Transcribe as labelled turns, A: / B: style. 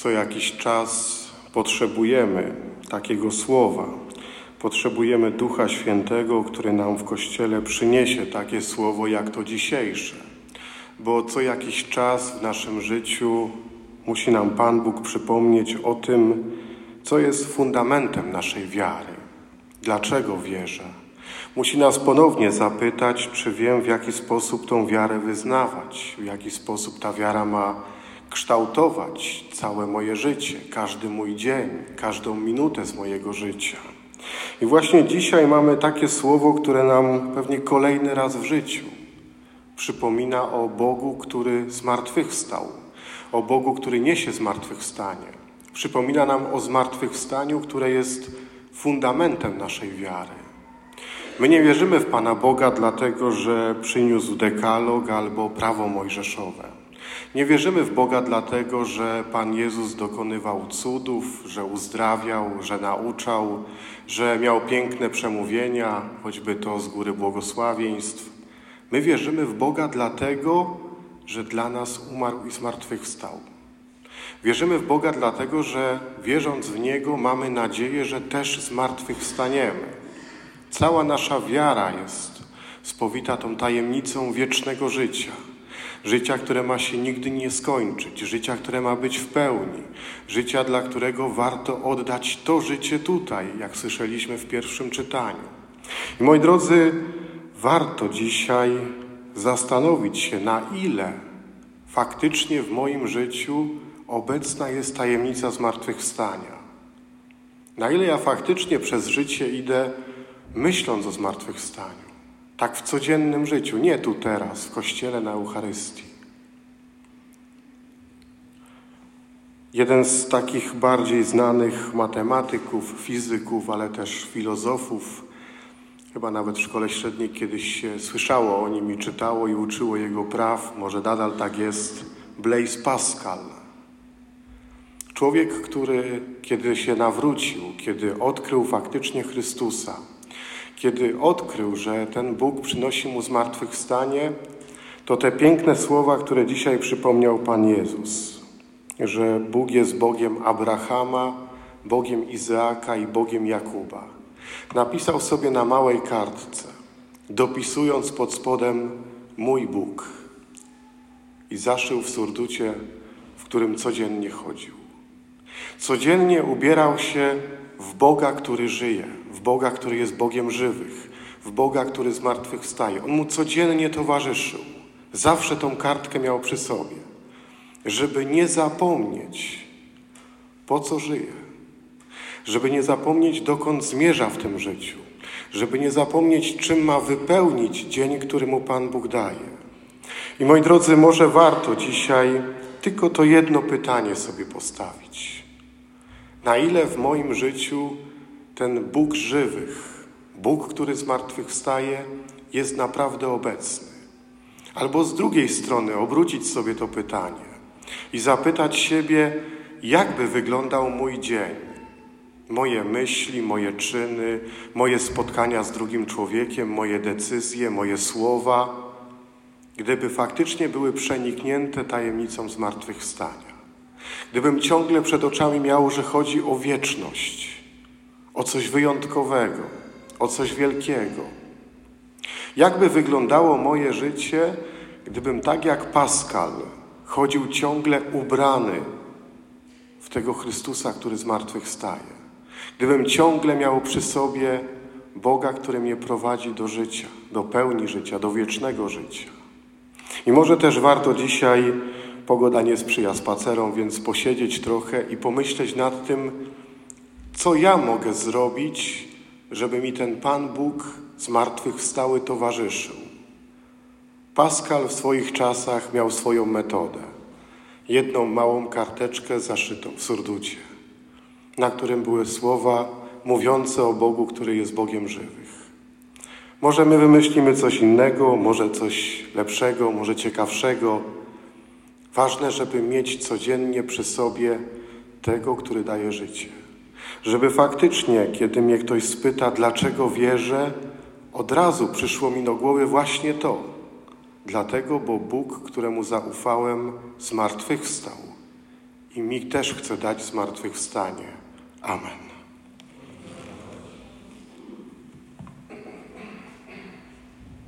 A: Co jakiś czas potrzebujemy takiego słowa. Potrzebujemy Ducha Świętego, który nam w Kościele przyniesie takie słowo jak to dzisiejsze. Bo co jakiś czas w naszym życiu musi nam Pan Bóg przypomnieć o tym, co jest fundamentem naszej wiary. Dlaczego wierzę? Musi nas ponownie zapytać, czy wiem, w jaki sposób tą wiarę wyznawać, w jaki sposób ta wiara ma kształtować całe moje życie, każdy mój dzień, każdą minutę z mojego życia. I właśnie dzisiaj mamy takie słowo, które nam pewnie kolejny raz w życiu przypomina o Bogu, który zmartwychwstał, o Bogu, który niesie zmartwychwstanie. Przypomina nam o zmartwychwstaniu, które jest fundamentem naszej wiary. My nie wierzymy w Pana Boga dlatego, że przyniósł dekalog albo prawo mojżeszowe. Nie wierzymy w Boga dlatego, że Pan Jezus dokonywał cudów, że uzdrawiał, że nauczał, że miał piękne przemówienia, choćby to z góry błogosławieństw. My wierzymy w Boga dlatego, że dla nas umarł i zmartwychwstał. Wierzymy w Boga dlatego, że wierząc w Niego mamy nadzieję, że też zmartwychwstaniemy. Cała nasza wiara jest spowita tą tajemnicą wiecznego życia. Życia, które ma się nigdy nie skończyć, życia, które ma być w pełni, życia, dla którego warto oddać to życie tutaj, jak słyszeliśmy w pierwszym czytaniu. I moi drodzy, warto dzisiaj zastanowić się, na ile faktycznie w moim życiu obecna jest tajemnica zmartwychwstania. Na ile ja faktycznie przez życie idę myśląc o zmartwychwstaniu. Tak w codziennym życiu, nie tu teraz, w Kościele na Eucharystii. Jeden z takich bardziej znanych matematyków, fizyków, ale też filozofów, chyba nawet w szkole średniej kiedyś się słyszało o nim i czytało i uczyło jego praw, może nadal tak jest, Blaise Pascal. Człowiek, który kiedy się nawrócił, kiedy odkrył faktycznie Chrystusa, kiedy odkrył, że ten Bóg przynosi mu zmartwychwstanie, to te piękne słowa, które dzisiaj przypomniał Pan Jezus, że Bóg jest Bogiem Abrahama, Bogiem Izaaka i Bogiem Jakuba. Napisał sobie na małej kartce, dopisując pod spodem mój Bóg i zaszył w surducie, w którym codziennie chodził. Codziennie ubierał się w Boga, który żyje, w Boga, który jest Bogiem żywych, w Boga, który zmartwychwstaje. On mu codziennie towarzyszył. Zawsze tą kartkę miał przy sobie, żeby nie zapomnieć, po co żyje, żeby nie zapomnieć, dokąd zmierza w tym życiu, żeby nie zapomnieć, czym ma wypełnić dzień, który mu Pan Bóg daje. I moi drodzy, może warto dzisiaj tylko to jedno pytanie sobie postawić. Na ile w moim życiu ten Bóg żywych, Bóg, który zmartwychwstaje, jest naprawdę obecny? Albo z drugiej strony obrócić sobie to pytanie i zapytać siebie, jak by wyglądał mój dzień, moje myśli, moje czyny, moje spotkania z drugim człowiekiem, moje decyzje, moje słowa, gdyby faktycznie były przeniknięte tajemnicą zmartwychwstania. Gdybym ciągle przed oczami miał, że chodzi o wieczność, o coś wyjątkowego, o coś wielkiego. Jakby wyglądało moje życie, gdybym tak jak Pascal chodził ciągle ubrany w tego Chrystusa, który zmartwychwstaje. Gdybym ciągle miał przy sobie Boga, który mnie prowadzi do życia, do pełni życia, do wiecznego życia. I może też warto dzisiaj, pogoda nie sprzyja spacerom, więc posiedzieć trochę i pomyśleć nad tym, co ja mogę zrobić, żeby mi ten Pan Bóg zmartwychwstały towarzyszył. Pascal w swoich czasach miał swoją metodę. Jedną małą karteczkę zaszytą w surducie, na którym były słowa mówiące o Bogu, który jest Bogiem żywych. Może my wymyślimy coś innego, może coś lepszego, może ciekawszego. Ważne, żeby mieć codziennie przy sobie tego, który daje życie. Żeby faktycznie, kiedy mnie ktoś spyta, dlaczego wierzę, od razu przyszło mi do głowy właśnie to. Dlatego, bo Bóg, któremu zaufałem, zmartwychwstał i mi też chce dać zmartwychwstanie. Amen.